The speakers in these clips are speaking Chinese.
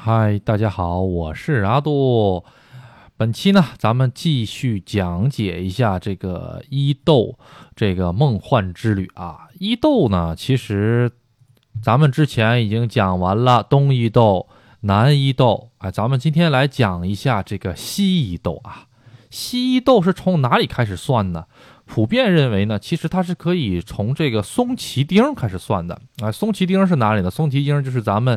嗨，大家好，我是阿杜。本期呢，咱们继续讲解一下这个伊豆这个梦幻之旅啊。伊豆呢，其实咱们之前已经讲完了东伊豆、南伊豆，咱们今天来讲一下这个西伊豆啊。西伊豆是从哪里开始算呢？普遍认为呢，其实它是可以从这个松崎町开始算的啊。松崎町是哪里呢？松崎町就是咱们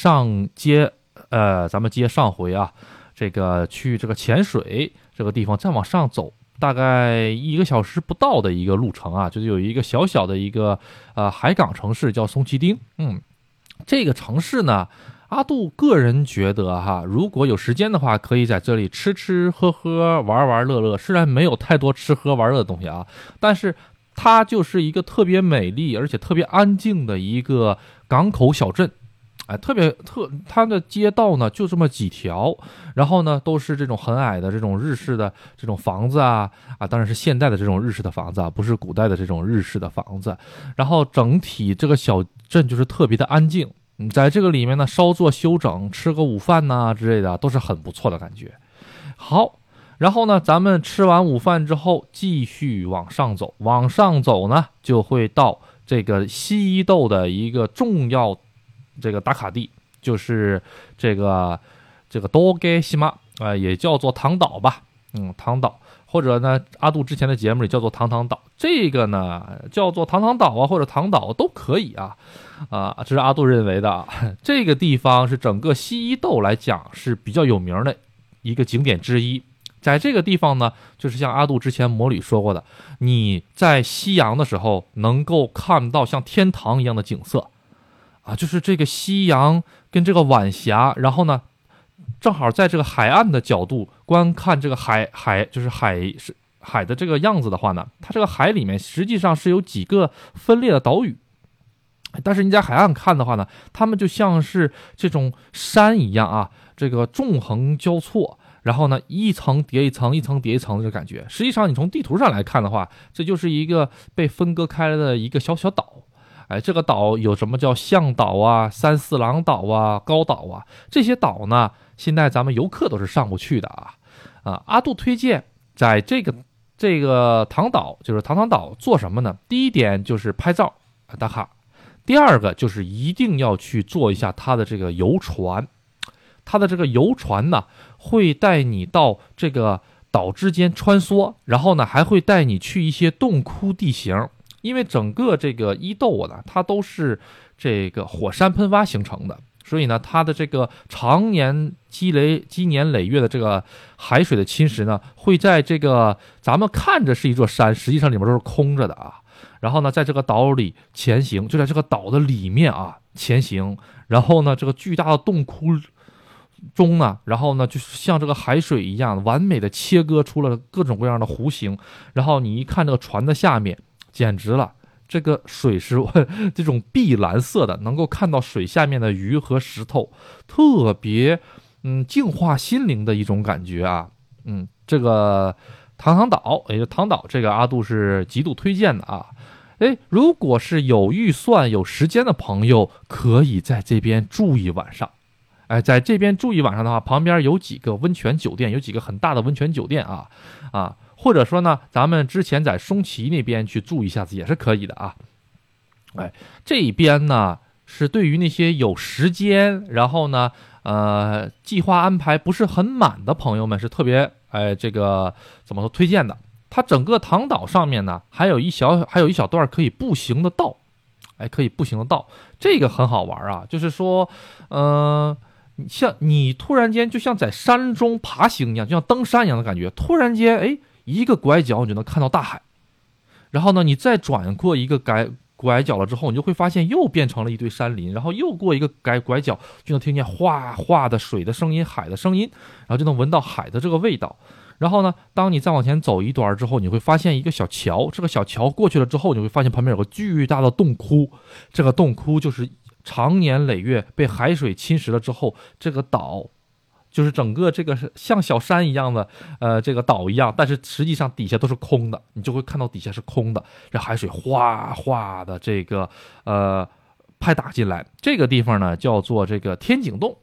接上回啊，这个去这个潜水这个地方，再往上走，大概1个小时不到的一个路程啊，就是有一个小小的一个海港城市叫松崎町。这个城市呢，阿杜个人觉得哈，如果有时间的话，可以在这里吃吃喝喝、玩玩乐乐。虽然没有太多吃喝玩乐的东西啊，但是它就是一个特别美丽而且特别安静的一个港口小镇。它的街道呢就这么几条，然后呢都是这种很矮的这种日式的这种房子啊，当然是现代的这种日式的房子啊，不是古代的这种日式的房子。然后整体这个小镇就是特别的安静，在这个里面呢稍作休整，吃个午饭呐之类的，都是很不错的感觉。好，然后呢咱们吃完午饭之后继续往上走，往上走呢就会到这个西伊豆的一个重要这个打卡地，就是这个多给西马也叫做唐岛吧，唐岛，或者呢阿杜之前的节目里叫做唐岛，这个呢叫做唐岛啊，或者唐岛都可以啊，这是阿杜认为的啊。这个地方是整个西伊豆来讲是比较有名的一个景点之一。在这个地方呢，就是像阿杜之前魔旅说过的，你在夕阳的时候能够看到像天堂一样的景色就是这个夕阳跟这个晚霞，然后呢正好在这个海岸的角度观看这个就是海的这个样子的话呢，它这个海里面实际上是有几个分裂的岛屿，但是你在海岸看的话呢，它们就像是这种山一样啊，这个纵横交错，然后呢一层叠一层，一层叠一层的这个感觉。实际上你从地图上来看的话，这就是一个被分割开来的一个小小岛。这个岛有什么叫向岛啊、三四郎岛啊、高岛啊，这些岛呢现在咱们游客都是上不去的阿杜推荐在这个唐岛，就是唐岛做什么呢？第一点就是拍照打卡，第二个就是一定要去做一下它的这个游船。它的这个游船呢会带你到这个岛之间穿梭，然后呢还会带你去一些洞窟地形。因为整个这个伊豆呢，它都是这个火山喷发形成的，所以呢，它的这个常年积年累月的这个海水的侵蚀呢，会在这个咱们看着是一座山，实际上里面都是空着的然后呢，在这个岛里前行，就在这个岛的里面前行，然后呢，这个巨大的洞窟中呢，然后呢，就是像这个海水一样，完美的切割出了各种各样的弧形，然后你一看这个船的下面。简直了，这个水是这种碧蓝色的，能够看到水下面的鱼和石头，特别净化心灵的一种感觉这个唐岛，也就唐岛，这个阿杜是极度推荐的如果是有预算有时间的朋友，可以在这边住一晚上。在这边住一晚上的话，旁边有几个温泉酒店，有几个很大的温泉酒店或者说呢，咱们之前在松崎那边去住一下子也是可以的这边呢是对于那些有时间，然后呢计划安排不是很满的朋友们是特别这个怎么说推荐的。它整个唐岛上面呢还有一小段可以步行的道，可以步行的道，这个很好玩就是说像你突然间就像在山中爬行一样，就像登山一样的感觉，突然间一个拐角你就能看到大海，然后呢你再转过一个拐角了之后，你就会发现又变成了一堆山林，然后又过一个拐角就能听见哗哗的水的声音、海的声音，然后就能闻到海的这个味道。然后呢当你再往前走一段之后，你会发现一个小桥，这个小桥过去了之后，你会发现旁边有个巨大的洞窟，这个洞窟就是常年累月被海水侵蚀了之后，这个岛就是整个这个像小山一样的这个岛一样，但是实际上底下都是空的，你就会看到底下是空的，这海水哗哗的这个拍打进来。这个地方呢叫做这个天井洞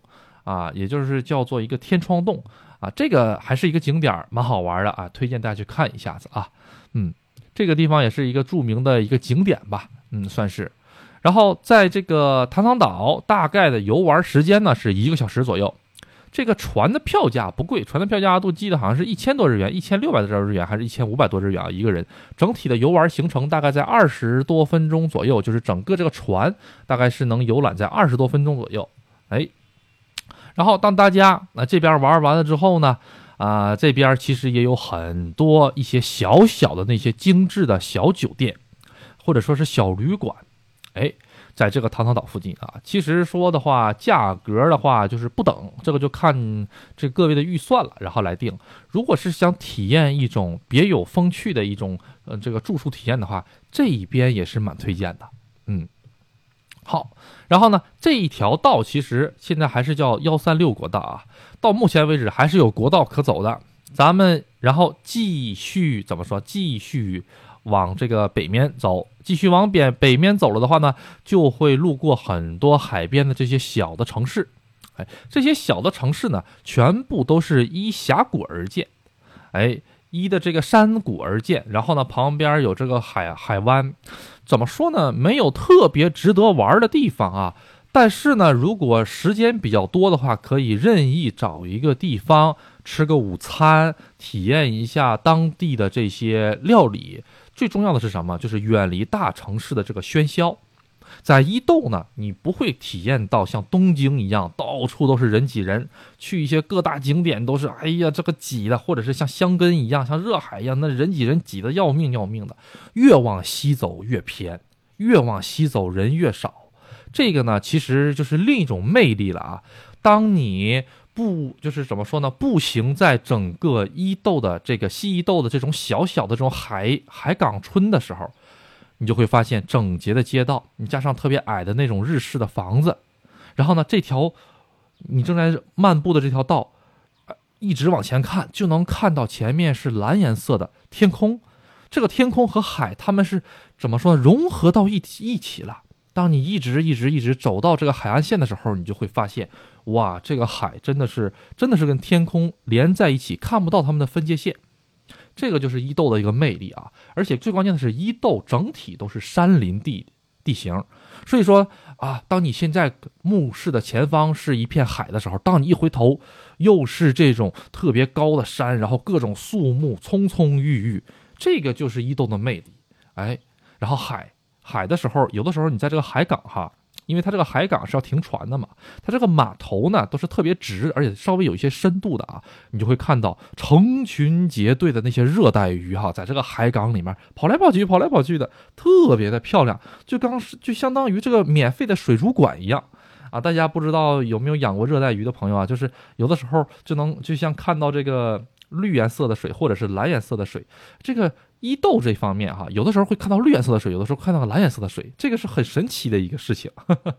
啊，也就是叫做一个天窗洞啊，这个还是一个景点，蛮好玩的啊，推荐大家去看一下子啊。这个地方也是一个著名的一个景点吧，算是。然后在这个唐唐岛，大概的游玩时间呢是1个小时左右。这个船的票价不贵，船的票价都记得好像是1000多日元，1600多日元还是1500多日元啊一个人。整体的游玩行程大概在20多分钟左右，就是整个这个船大概是能游览在20多分钟左右。然后当大家这边玩完了之后呢，这边其实也有很多一些小小的那些精致的小酒店，或者说是小旅馆，在这个唐唐岛附近啊。其实说的话，价格的话就是不等，这个就看这各位的预算了，然后来定。如果是想体验一种别有风趣的一种这个住宿体验的话，这一边也是蛮推荐的。好，然后呢，这一条道其实现在还是叫136国道啊，到目前为止还是有国道可走的。咱们然后继续怎么说？继续往这个北面走，继续往北面走了的话呢，就会路过很多海边的这些小的城市。这些小的城市呢，全部都是依峡谷而建，依的这个山谷而建，然后呢，旁边有这个海湾。怎么说呢？没有特别值得玩的地方啊。但是呢，如果时间比较多的话，可以任意找一个地方吃个午餐，体验一下当地的这些料理。最重要的是什么？就是远离大城市的这个喧嚣。在伊豆呢，你不会体验到像东京一样到处都是人挤人，去一些各大景点都是这个挤的，或者是像箱根一样，像热海一样，那人挤人挤得要命的。越往西走越偏，越往西走人越少。这个呢，其实就是另一种魅力了啊。当你就是怎么说呢？步行在整个伊豆的这个西伊豆的这种小小的这种海港村的时候，你就会发现整洁的街道，你加上特别矮的那种日式的房子，然后呢，这条你正在漫步的这条道，一直往前看，就能看到前面是蓝颜色的天空。这个天空和海，他们是怎么说呢？融合到一起了。当你一直走到这个海岸线的时候，你就会发现，哇，这个海真的是跟天空连在一起，看不到它们的分界线。这个就是伊豆的一个魅力啊！而且最关键的是，伊豆整体都是山林地形，所以说当你现在目视的前方是一片海的时候，当你一回头，又是这种特别高的山，然后各种树木葱葱郁郁，这个就是伊豆的魅力。然后海的时候，有的时候你在这个海港因为它这个海港是要停船的嘛，它这个码头呢都是特别直，而且稍微有一些深度的你就会看到成群结队的那些热带鱼在这个海港里面跑来跑去的，特别的漂亮，就相当于这个免费的水族馆一样大家不知道有没有养过热带鱼的朋友就是有的时候就像看到这个绿颜色的水或者是蓝颜色的水，这个伊豆这方面有的时候会看到绿颜色的水，有的时候看到蓝颜色的水，这个是很神奇的一个事情。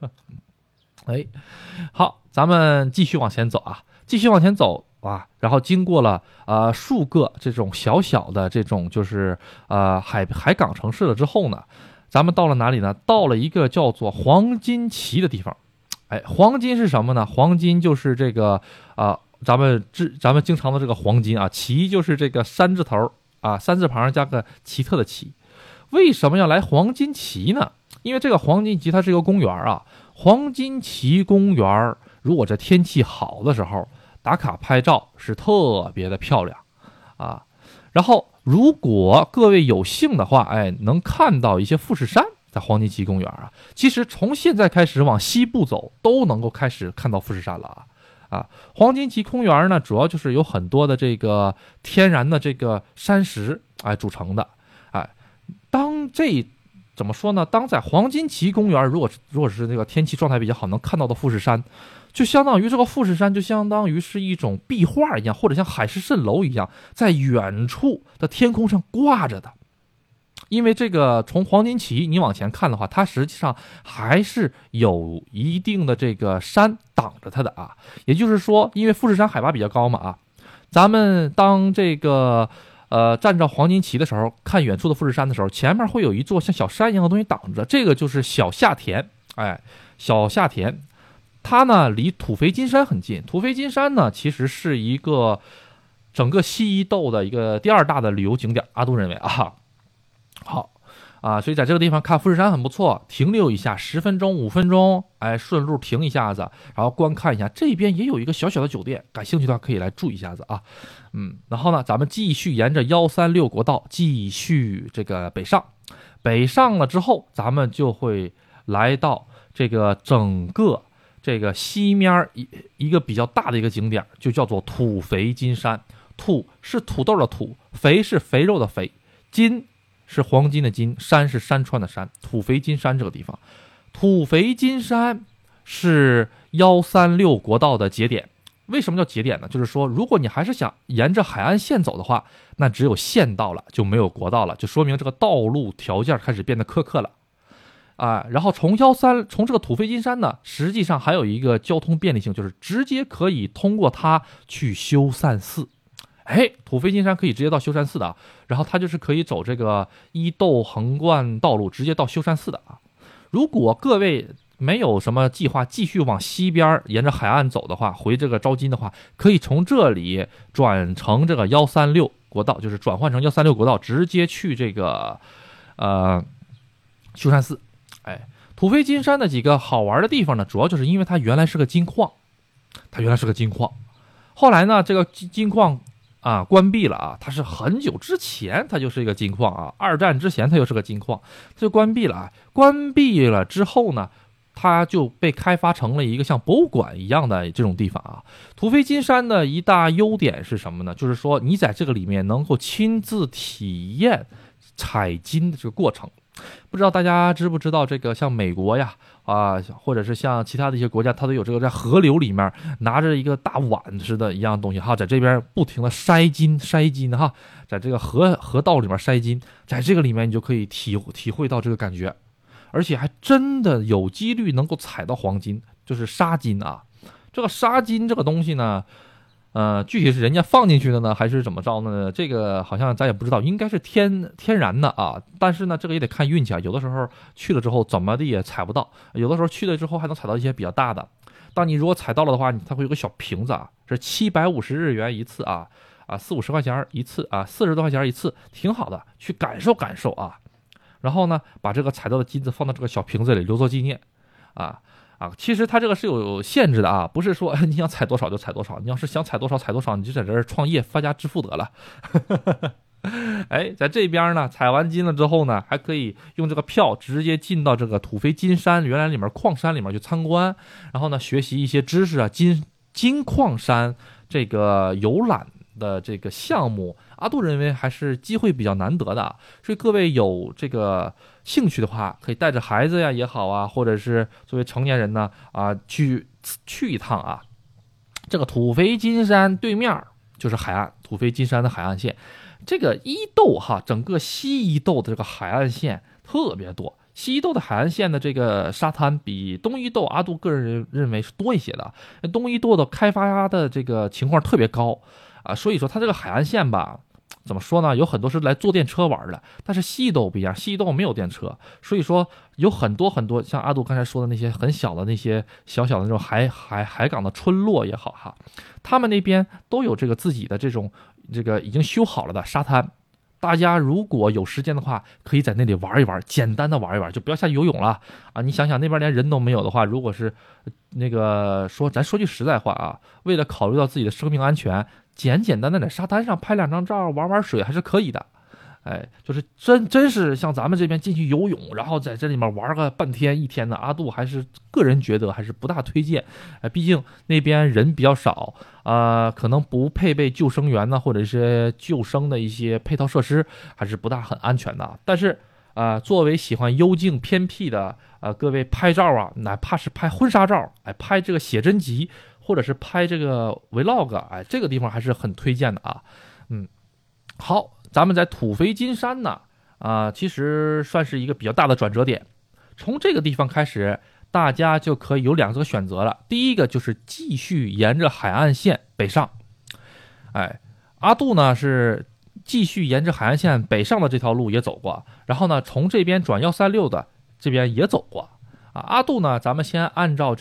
好，咱们继续往前走然后经过了数个这种小小的这种就是海港城市了之后呢，咱们到了哪里呢？到了一个叫做黄金旗的地方。黄金是什么呢？黄金就是这个咱们经常的这个黄金旗就是这个山字头三字旁加个奇特的奇。为什么要来黄金旗呢？因为这个黄金旗它是一个公园黄金旗公园如果这天气好的时候打卡拍照是特别的漂亮然后如果各位有幸的话能看到一些富士山在黄金旗公园其实从现在开始往西部走都能够开始看到富士山了黄金旗公园呢，主要就是有很多的这个天然的这个山石组成的怎么说呢？当在黄金旗公园，如果是这个天气状态比较好，能看到的富士山，就相当于这个富士山就相当于是一种壁画一样，或者像海市蜃楼一样，在远处的天空上挂着的。因为这个从黄金旗你往前看的话，它实际上还是有一定的这个山挡着它的也就是说，因为富士山海拔比较高嘛咱们当这个站着黄金旗的时候，看远处的富士山的时候，前面会有一座像小山一样的东西挡着，这个就是小夏田小夏田它呢离土肥金山很近。土肥金山呢其实是一个整个西伊豆的一个第2大的旅游景点，阿杜认为啊。好啊，所以在这个地方看富士山很不错，停留一下10分钟5分钟，哎，顺路停一下子，然后观看一下。这边也有一个小小的酒店，感兴趣的话可以来住一下子啊。然后呢，咱们继续沿着136国道继续这个北上。北上了之后，咱们就会来到这个整个这个西面一个比较大的一个景点，就叫做土肥金山。土是土豆的土，肥是肥肉的肥，金是黄金的金，山是山川的山。土肥金山这个地方，土肥金山是136国道的节点。为什么叫节点呢？就是说，如果你还是想沿着海岸线走的话，那只有县道了，就没有国道了，就说明这个道路条件开始变得苛刻了。然后从这个土肥金山呢，实际上还有一个交通便利性，就是直接可以通过它去修善寺。土肥金山可以直接到修善寺的，然后它就是可以走这个伊豆横贯道路，直接到修善寺的啊。如果各位没有什么计划继续往西边沿着海岸走的话，回这个招金的话，可以从这里转成这个136国道，就是转换成136国道，直接去这个修善寺。土肥金山的几个好玩的地方呢，主要就是因为它原来是个金矿，后来呢，这个金矿关闭了啊，它是很久之前它就是一个金矿啊，2战之前它就是个金矿，它就关闭了啊。关闭了之后呢，它就被开发成了一个像博物馆一样的这种地方啊。土肥金山的一大优点是什么呢？就是说你在这个里面能够亲自体验采金的这个过程。不知道大家知不知道，这个像美国呀或者是像其他的一些国家，它都有这个在河流里面拿着一个大碗似的一样东西哈，在这边不停的筛金哈，在这个河道里面筛金，在这个里面你就可以体会到这个感觉，而且还真的有几率能够采到黄金，就是沙金啊。这个沙金这个东西呢，具体是人家放进去的呢，还是怎么着呢？这个好像咱也不知道，应该是天然的啊。但是呢，这个也得看运气啊。有的时候去了之后怎么的也采不到，有的时候去了之后还能采到一些比较大的。当你如果采到了的话，它会有个小瓶子啊，是750日元一次啊，40-50块钱一次啊，40多块钱一次，挺好的，去感受感受啊。然后呢，把这个采到的金子放到这个小瓶子里留作纪念其实它这个是有限制的啊，不是说你想采多少就采多少，你要是想采多少采多少，你就在这儿创业发家致富得了。在这边呢，采完金了之后呢，还可以用这个票直接进到这个土肥金山原来里面矿山里面去参观，然后呢学习一些知识啊，金矿山这个游览的这个项目，阿杜认为还是机会比较难得的，所以各位有这个兴趣的话，可以带着孩子呀也好啊，或者是作为成年人呢去一趟啊。这个土肥金山对面就是海岸，土肥金山的海岸线。这个伊豆整个西伊豆的这个海岸线特别多。西伊豆的海岸线的这个沙滩比东伊豆，阿杜个人认为是多一些的。东伊豆的开发的这个情况特别高所以说它这个海岸线吧，怎么说呢？有很多是来坐电车玩的，但是西伊豆不一样，西伊豆没有电车，所以说有很多像阿杜刚才说的那些很小的那些小小的那种海港的村落也好他们那边都有这个自己的这个已经修好了的沙滩。大家如果有时间的话，可以在那里玩一玩，简单的玩一玩，就不要下去游泳了你想想那边连人都没有的话，如果是那个咱说句实在话为了考虑到自己的生命安全，简单的在沙滩上拍2张照，玩水还是可以的。就是真是像咱们这边进去游泳，然后在这里面玩个半天一天的，阿杜还是个人觉得还是不大推荐。毕竟那边人比较少可能不配备救生员呢，或者是救生的一些配套设施，还是不大很安全的。但是作为喜欢幽静偏僻的各位拍照哪怕是拍婚纱照，拍这个写真集，或者是拍这个 vlog，这个地方还是很推荐的好。咱们在土肥金山呢其实算是一个比较大的转折点。从这个地方开始，大家就可以有2个选择了。第一个就是继续沿着海岸线北上。阿杜呢是继续沿着海岸线北上的这条路也走过，然后呢从这边转136的这边也走过阿杜呢，咱们先按照这个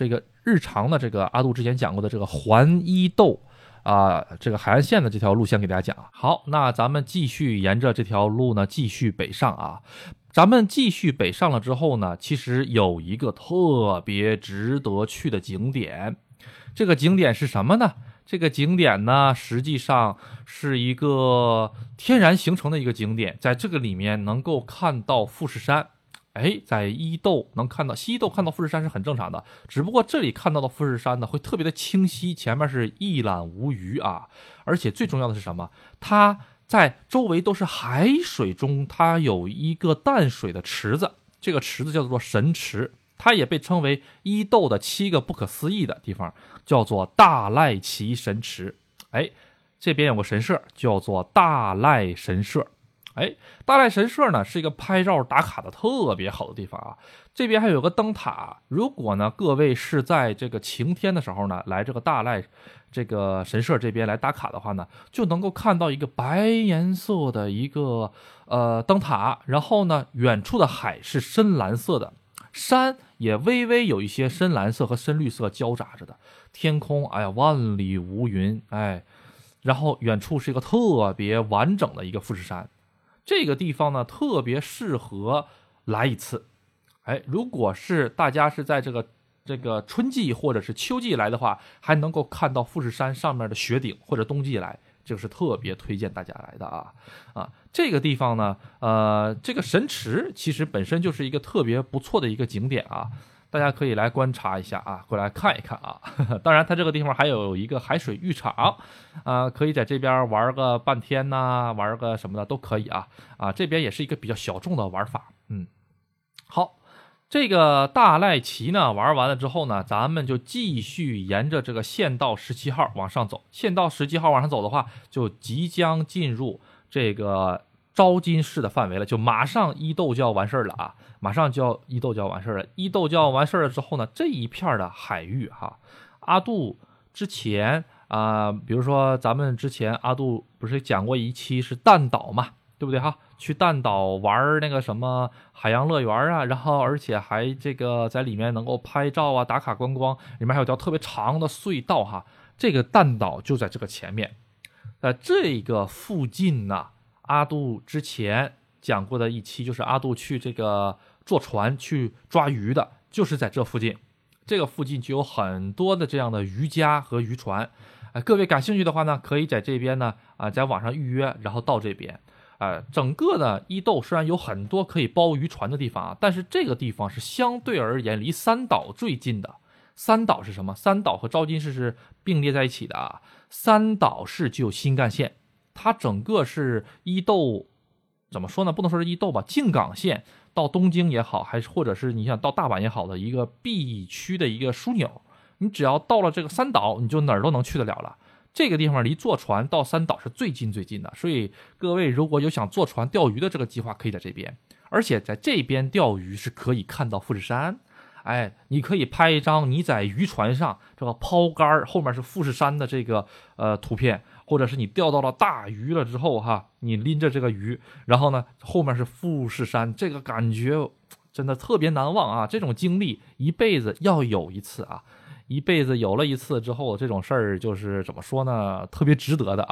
日常的这个阿杜之前讲过的这个环伊豆这个海岸线的这条路线给大家讲。好，那咱们继续沿着这条路呢继续北上啊。咱们继续北上了之后呢，其实有一个特别值得去的景点。这个景点是什么呢？这个景点呢，实际上是一个天然形成的一个景点，在这个里面能够看到富士山。在伊豆能看到，西伊豆看到富士山是很正常的，只不过这里看到的富士山呢，会特别的清晰，前面是一览无余啊。而且最重要的是什么？它在周围都是海水中，它有一个淡水的池子，这个池子叫做神池，它也被称为伊豆的7个不可思议的地方，叫做大赖奇神池。这边有个神社叫做大赖神社。大赖神社呢是一个拍照打卡的特别好的地方啊。这边还有个灯塔，如果呢各位是在这个晴天的时候呢，来这个大赖这个神社这边来打卡的话呢，就能够看到一个白颜色的一个灯塔，然后呢远处的海是深蓝色的，山也微微有一些深蓝色和深绿色交杂着的，天空万里无云，然后远处是一个特别完整的一个富士山。这个地方呢特别适合来一次。如果是大家是在这个春季或者是秋季来的话，还能够看到富士山上面的雪顶，或者冬季来，这个是特别推荐大家来的啊。这个地方呢这个神池其实本身就是一个特别不错的一个景点啊，大家可以来观察一下啊，过来看一看啊。当然它这个地方还有一个海水浴场可以在这边玩个半天呐，玩个什么的都可以啊。这边也是一个比较小众的玩法。好，这个大赖奇呢玩完了之后呢，咱们就继续沿着这个县道17号往上走。县道17号往上走的话，就即将进入这个昭金市的范围了，就马上伊豆就要完事儿了啊，马上就要伊豆就要完事儿了。伊豆就要完事儿了之后呢，这一片的海域阿杜之前比如说咱们之前阿杜不是讲过一期是弹岛嘛，对不对去弹岛玩那个什么海洋乐园然后而且还这个在里面能够拍照打卡观光，里面还有条特别长的隧道这个弹岛就在这个前面。这个附近呢，阿杜之前讲过的一期就是阿杜去这个坐船去抓鱼的，就是在这附近。这个附近就有很多的这样的渔家和渔船，各位感兴趣的话呢，可以在这边呢在网上预约，然后到这边。整个的伊豆虽然有很多可以包渔船的地方但是这个地方是相对而言离三岛最近的。三岛是什么？三岛和昭金市是并列在一起的三岛市就有新干线，它整个是伊豆怎么说呢？不能说是伊豆吧，静冈县到东京也好，还是或者是你想到大阪也好的一个必区的一个枢纽。你只要到了这个三岛，你就哪儿都能去得了了。这个地方离坐船到三岛是最近的，所以各位如果有想坐船钓鱼的这个计划，可以在这边。而且在这边钓鱼是可以看到富士山，你可以拍一张你在渔船上这个抛竿后面是富士山的这个图片，或者是你钓到了大鱼了之后你拎着这个鱼，然后呢后面是富士山，这个感觉真的特别难忘这种经历一辈子要有一次一辈子有了一次之后，这种事儿就是怎么说呢，特别值得的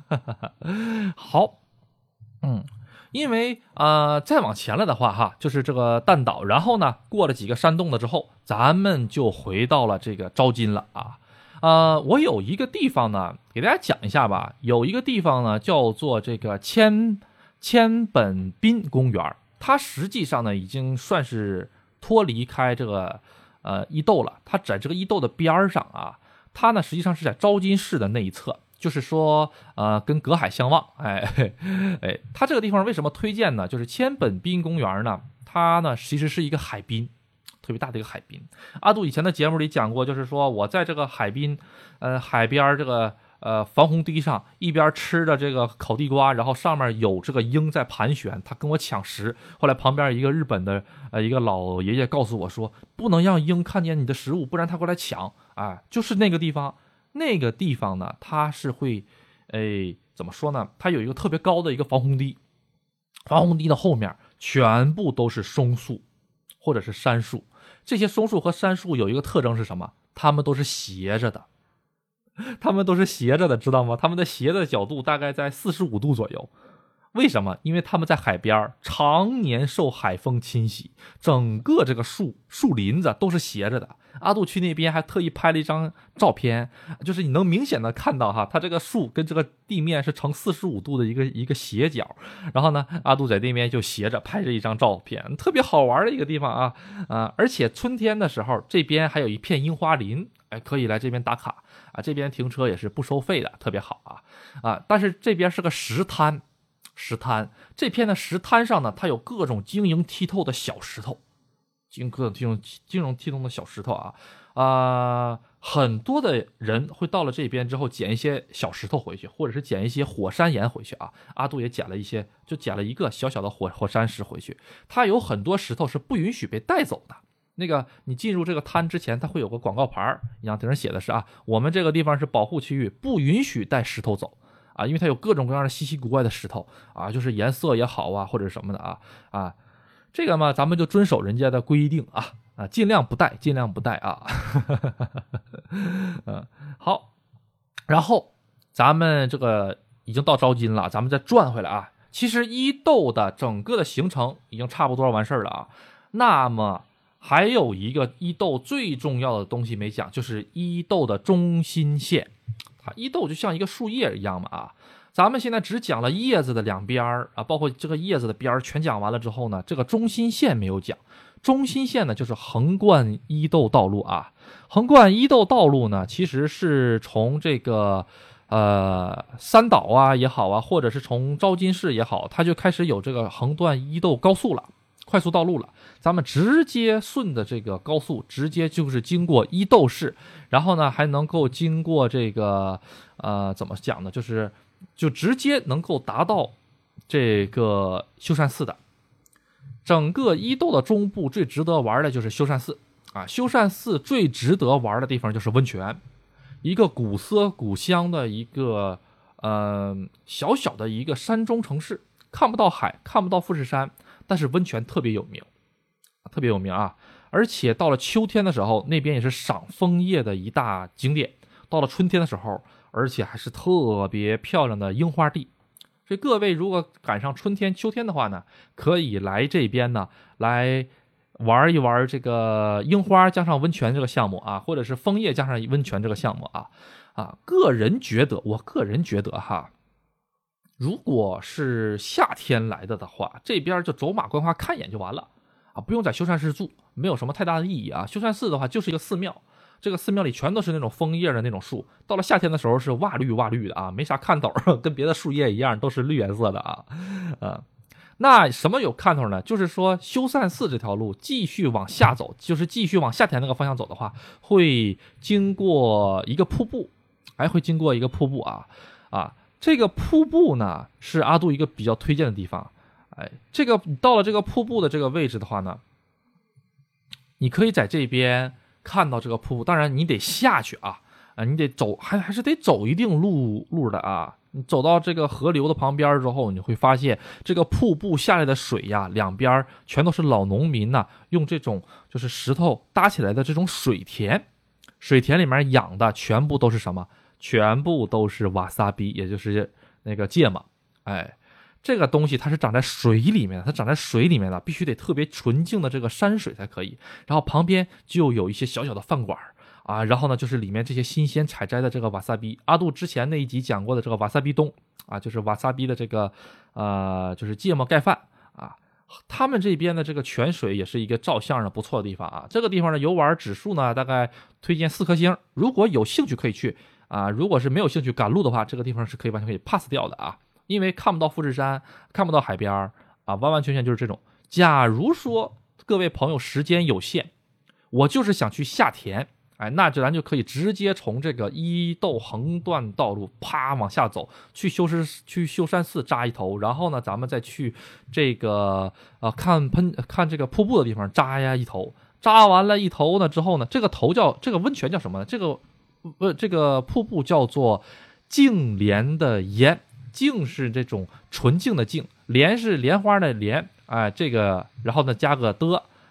好，因为再往前了的话就是这个弹岛，然后呢过了几个山洞了之后，咱们就回到了这个昭金了我有一个地方呢给大家讲一下吧，有一个地方呢叫做这个千本滨公园，它实际上呢已经算是脱离开这个伊豆了，它在这个伊豆的边上它呢实际上是在昭金市的那一侧，就是说跟隔海相望。它这个地方为什么推荐呢？就是千本滨公园呢，它呢其实是一个海滨，特别大的一个海滨。阿杜以前的节目里讲过，就是说我在这个海滨海边这个防洪堤上一边吃着这个烤地瓜，然后上面有这个鹰在盘旋，他跟我抢食。后来旁边一个日本的一个老爷爷告诉我说，不能让鹰看见你的食物，不然他过来抢就是那个地方。那个地方呢，它是会怎么说呢，它有一个特别高的一个防洪堤，防洪堤的后面全部都是松树或者是杉树。这些松树和杉树有一个特征是什么？ 他们都是斜着的，他们都是斜着的，知道吗？他们的斜的角度大概在45度左右。为什么？因为他们在海边常年受海风侵袭，整个这个树林子都是斜着的。阿杜去那边还特意拍了一张照片，就是你能明显的看到哈，它这个树跟这个地面是呈45度的一个斜角。然后呢，阿杜在那边就斜着拍着一张照片，特别好玩的一个地方啊。而且春天的时候，这边还有一片樱花林，可以来这边打卡啊。这边停车也是不收费的，特别好啊。但是这边是个石滩，这片的石滩上呢，它有各种晶莹剔透的小石头，各种晶莹剔透的小石头很多的人会到了这边之后捡一些小石头回去，或者是捡一些火山岩回去啊。阿杜也捡了一些，就捡了一个小小的火山石回去。它有很多石头是不允许被带走的。那个你进入这个滩之前，它会有个广告牌，顶上写的是我们这个地方是保护区域，不允许带石头走。因为它有各种各样的稀奇古怪的石头就是颜色也好或者什么的这个嘛，咱们就遵守人家的规定尽量不带好，然后咱们这个已经到招金了，咱们再转回来其实伊豆的整个的行程已经差不多完事儿了那么还有一个伊豆最重要的东西没讲，就是伊豆的中心线。伊豆就像一个树叶一样嘛咱们现在只讲了叶子的两边包括这个叶子的边全讲完了之后呢，这个中心线没有讲。中心线呢，就是横贯伊豆道路横贯伊豆道路呢，其实是从这个三岛也好或者是从招金市也好，它就开始有这个横断伊豆高速了，快速道路了。咱们直接顺着这个高速，直接就是经过伊豆市，然后呢还能够经过这个怎么讲呢，就直接能够达到这个修善寺的。整个伊豆的中部最值得玩的就是修善寺修善寺最值得玩的地方就是温泉，一个古色古香的一个小小的一个山中城市，看不到海，看不到富士山，但是温泉特别有名而且到了秋天的时候，那边也是赏枫叶的一大景点。到了春天的时候，而且还是特别漂亮的樱花地。所以各位如果赶上春天秋天的话呢，可以来这边呢来玩一玩这个樱花加上温泉这个项目或者是枫叶加上温泉这个项目我个人觉得如果是夏天来的话，这边就走马观花看一眼就完了不用在修善寺住，没有什么太大的意义修善寺的话就是一个寺庙，这个寺庙里全都是那种枫叶的那种树，到了夏天的时候是哇绿的没啥看头，跟别的树叶一样都是绿颜色的那什么有看头呢？就是说修善寺这条路继续往下走，就是继续往夏天那个方向走的话，会经过一个瀑布，这个瀑布呢是阿杜一个比较推荐的地方。这个到了这个瀑布的这个位置的话呢，你可以在这边看到这个瀑布，当然你得下去你得走，还是得走一定路的你走到这个河流的旁边之后，你会发现这个瀑布下来的水两边全都是老农民用这种就是石头搭起来的这种水田里面养的全部都是什么？全部都是瓦萨比，也就是那个芥末。这个东西它是长在水里面的，必须得特别纯净的这个山水才可以。然后旁边就有一些小小的饭馆然后呢就是里面这些新鲜采摘的这个瓦萨比。阿杜之前那一集讲过的这个瓦萨比冬就是瓦萨比的这个就是芥末盖饭他们这边的这个泉水也是一个照相的不错的地方这个地方的游玩指数呢大概推荐4颗星，如果有兴趣可以去如果是没有兴趣赶路的话，这个地方是完全可以 pass 掉的因为看不到富士山，看不到海边完完全全就是这种。假如说各位朋友时间有限，我就是想去下田那咱就可以直接从这个伊豆横断道路啪往下走，去修善寺扎一头，然后呢咱们再去这个看这个瀑布的地方扎一头，扎完了一头呢之后呢，这个温泉叫什么呢？这个瀑布叫做净莲的莲，净是这种纯净的净，莲是莲花的莲这个然后呢加个的，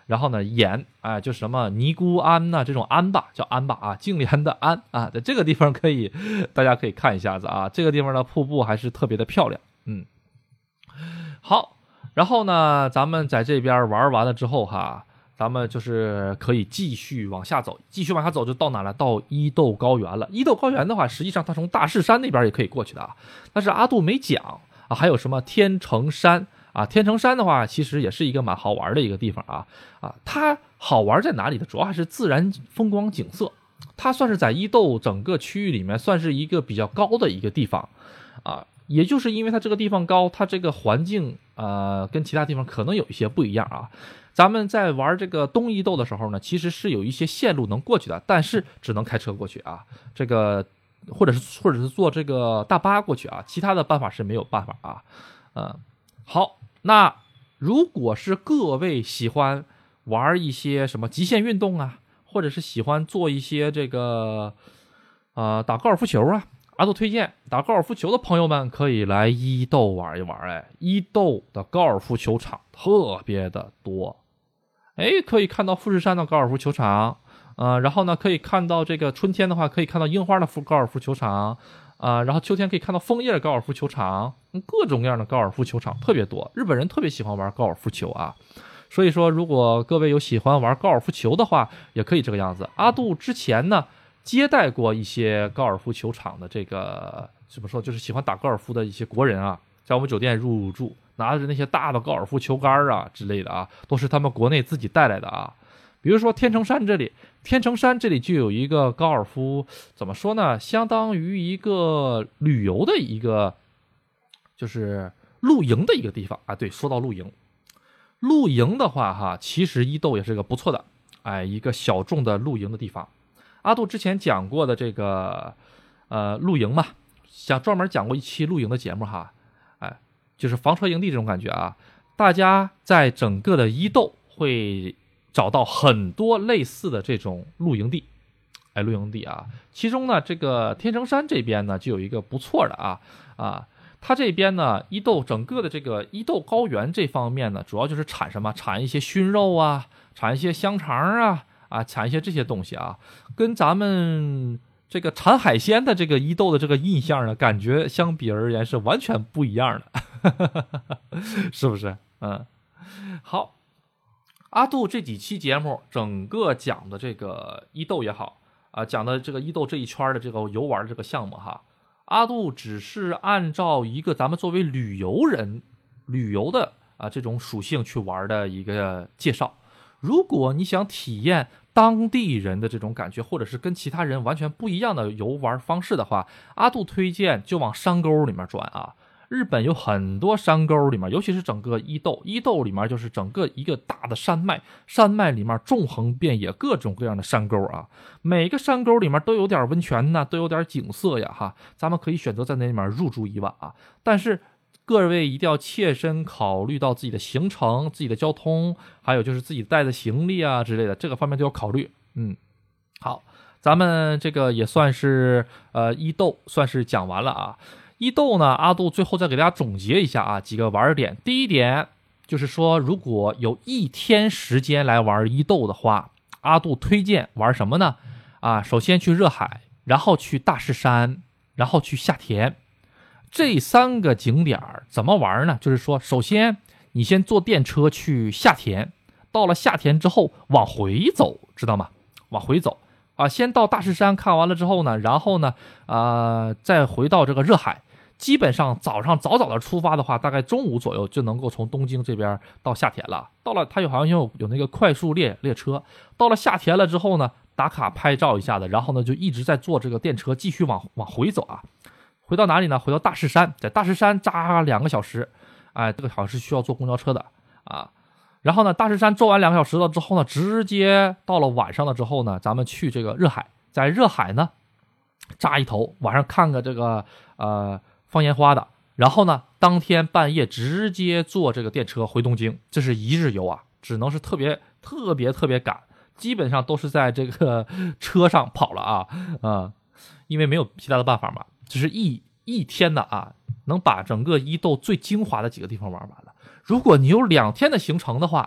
然后呢岩，哎，就什么尼姑庵呐、这种庵吧，叫庵吧啊，净莲的庵啊，在这个地方大家可以看一下子啊，这个地方的瀑布还是特别的漂亮。好，然后呢，咱们在这边玩完了之后哈，咱们就是可以继续往下走，就到哪了？到伊豆高原了。伊豆高原的话，实际上它从大势山那边也可以过去的啊，但是阿杜没讲啊。还有什么天成山啊？天成山的话，其实也是一个蛮好玩的一个地方啊。它好玩在哪里呢？主要还是自然风光景色，它算是在伊豆整个区域里面算是一个比较高的一个地方啊。也就是因为它这个地方高，它这个环境跟其他地方可能有一些不一样啊。咱们在玩这个东伊豆的时候呢，其实是有一些线路能过去的，但是只能开车过去啊。这个或者是坐这个大巴过去啊，其他的办法是没有办法啊。好，那如果是各位喜欢玩一些什么极限运动啊，或者是喜欢做一些这个打高尔夫球啊，阿杜推荐打高尔夫球的朋友们可以来伊豆玩一玩。哎，伊豆的高尔夫球场特别的多。哎，可以看到富士山的高尔夫球场，然后呢，可以看到这个春天的话，可以看到樱花的高尔夫球场，然后秋天可以看到枫叶的高尔夫球场，各种各样的高尔夫球场特别多。日本人特别喜欢玩高尔夫球啊，所以说如果各位有喜欢玩高尔夫球的话，也可以这个样子。阿杜之前呢接待过一些高尔夫球场的这个怎么说，就是喜欢打高尔夫的一些国人啊，在我们酒店入住。拿着那些大的高尔夫球杆啊之类的啊，都是他们国内自己带来的啊。比如说天成山这里就有一个高尔夫，怎么说呢，相当于一个旅游的一个就是露营的一个地方啊。对，说到露营的话哈，其实伊豆也是个不错的一个小众的露营的地方。阿杜之前讲过的这个露营嘛，专门讲过一期露营的节目哈。就是房车营地这种感觉啊，大家在整个的伊豆会找到很多类似的这种露营地啊。其中呢，这个天成山这边呢就有一个不错的它这边呢整个的这个伊豆高原这方面呢，主要就是产什么？产一些熏肉啊，产一些香肠产一些这些东西啊，跟咱们这个产海鲜的这个伊豆的这个印象呢，感觉相比而言是完全不一样的。是不是？好，阿杜这几期节目整个讲的这个伊豆也好讲的这个伊豆这一圈的这个游玩这个项目哈，阿杜只是按照一个咱们作为旅游的这种属性去玩的一个介绍。如果你想体验当地人的这种感觉，或者是跟其他人完全不一样的游玩方式的话，阿杜推荐就往山沟里面转啊。日本有很多山沟里面，尤其是整个伊豆里面就是整个一个大的山脉里面纵横遍野各种各样的山沟啊，每个山沟里面都有点温泉呐，都有点景色呀哈，咱们可以选择在那里面入住一晚啊。但是各位一定要切身考虑到自己的行程、自己的交通，还有就是自己带的行李啊之类的，这个方面都要考虑。好，咱们这个也算是伊豆算是讲完了啊。伊豆呢，阿杜最后再给大家总结一下几个玩点。第一点就是说，如果有一天时间来玩伊豆的话，阿杜推荐玩什么呢？首先去热海，然后去大势山，然后去下田。这3个景点怎么玩呢？就是说，首先你先坐电车去下田，到了下田之后往回走，知道吗？往回走先到大势山看完了之后呢，然后呢再回到这个热海。基本上早上早的出发的话，大概中午左右就能够从东京这边到下田了。到了，它好像有那个快速列车。到了下田了之后呢，打卡拍照一下的，然后呢就一直在坐这个电车继续往回走回到哪里呢？回到大势山，在大势山扎2个小时，这个好像是需要坐公交车的然后呢，大势山坐完2个小时了之后呢，直接到了晚上了之后呢，咱们去这个热海，在热海呢扎一头，晚上看个这个放烟花的，然后呢当天半夜直接坐这个电车回东京，这是1日游只能是特别赶，基本上都是在这个车上跑了因为没有其他的办法嘛，只是一天的能把整个伊豆最精华的几个地方玩完了。如果你有2天的行程的话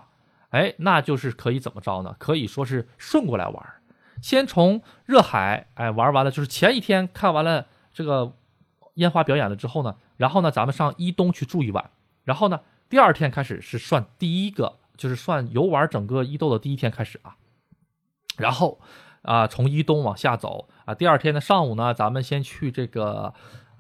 哎，那就是可以怎么着呢？可以说是顺过来玩，先从热海玩完了，就是前一天看完了这个烟花表演了之后呢，然后呢咱们上伊东去住一晚，然后呢第二天开始是算第一个，就是算游玩整个伊豆的第一天开始啊，然后从伊东往下走啊，第二天的上午呢，咱们先去这个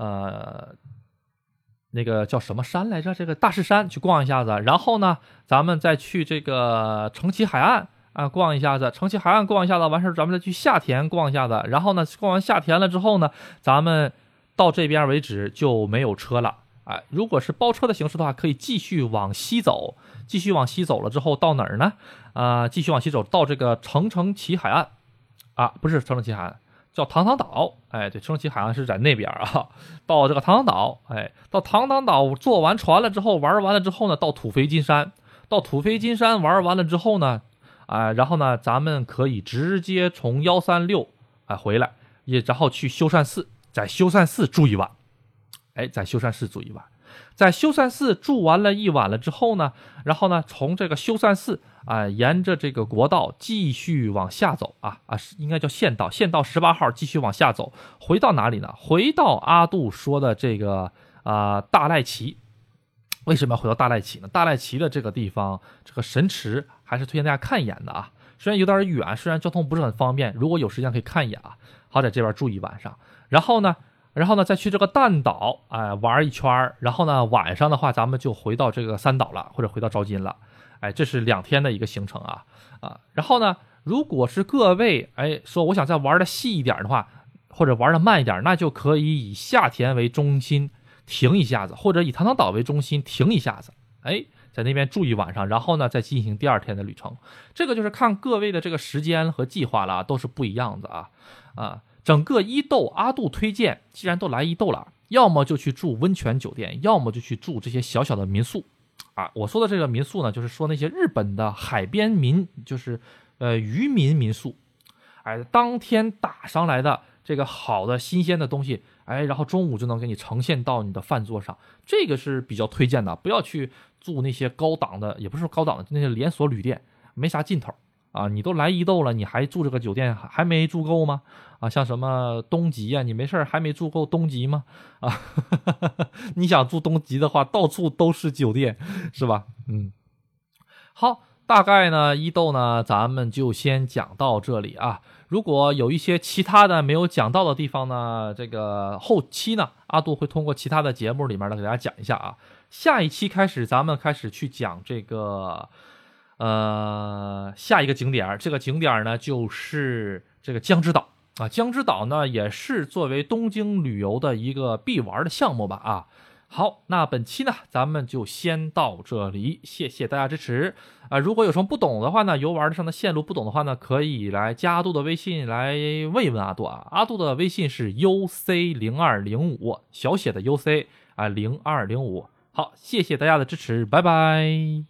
那个叫什么山来着？这个大势山去逛一下子，然后呢，咱们再去这个城崎海岸逛一下子，城崎海岸逛一下子，完事咱们再去下田逛一下子，然后呢，逛完下田了之后呢，咱们到这边为止就没有车了。如果是包车的形式的话，可以继续往西走，继续往西走了之后到哪儿呢？继续往西走到这个城崎海岸不是城崎海岸。叫唐唐岛，对，城崎海岸是在那边啊。到这个唐唐岛，到唐唐岛坐完船了之后，玩完了之后呢，到土肥金山，到土肥金山玩完了之后呢，然后呢，咱们可以直接从136回来，然后去修善寺，在修善寺住一晚，在修善寺住一晚。在修善寺住完了一晚了之后呢，然后呢，从这个修善寺沿着这个国道继续往下走应该叫县道18号继续往下走，回到哪里呢？回到阿杜说的这个大赖岐。为什么要回到大赖岐呢？大赖岐的这个地方，这个神池还是推荐大家看一眼的啊。虽然有点远，虽然交通不是很方便，如果有时间可以看一眼啊。好，在这边住一晚上，然后呢再去这个蛋岛玩一圈，然后呢晚上的话咱们就回到这个三岛了，或者回到招金了。这是2天的一个行程然后呢，如果是各位说我想再玩的细一点的话，或者玩的慢一点，那就可以以下田为中心停一下子，或者以唐唐岛为中心停一下子，在那边住一晚上，然后呢再进行第2天的旅程。这个就是看各位的这个时间和计划了，都是不一样的整个伊豆阿杜推荐，既然都来伊豆了，要么就去住温泉酒店，要么就去住这些小小的民宿我说的这个民宿呢，就是说那些日本的海边就是渔民民宿当天打上来的这个好的新鲜的东西然后中午就能给你呈现到你的饭桌上，这个是比较推荐的。不要去住那些高档的，也不是高档的，那些连锁旅店没啥劲头你都来伊豆了，你还住这个酒店还没住够吗？像什么东极你没事还没住够东极吗？你想住东极的话，到处都是酒店，是吧？好，大概呢伊豆呢咱们就先讲到这里如果有一些其他的没有讲到的地方呢，这个后期呢阿杜会通过其他的节目里面呢给大家讲一下下一期开始咱们开始去讲这个下一个景点，这个景点呢就是这个江之岛江之岛呢也是作为东京旅游的一个必玩的项目吧好，那本期呢咱们就先到这里，谢谢大家支持如果有什么不懂的话呢，游玩上的线路不懂的话呢，可以来加阿杜的微信来问一问阿杜阿杜的微信是 UC0205 小写的 UC 0205。好，谢谢大家的支持，拜拜。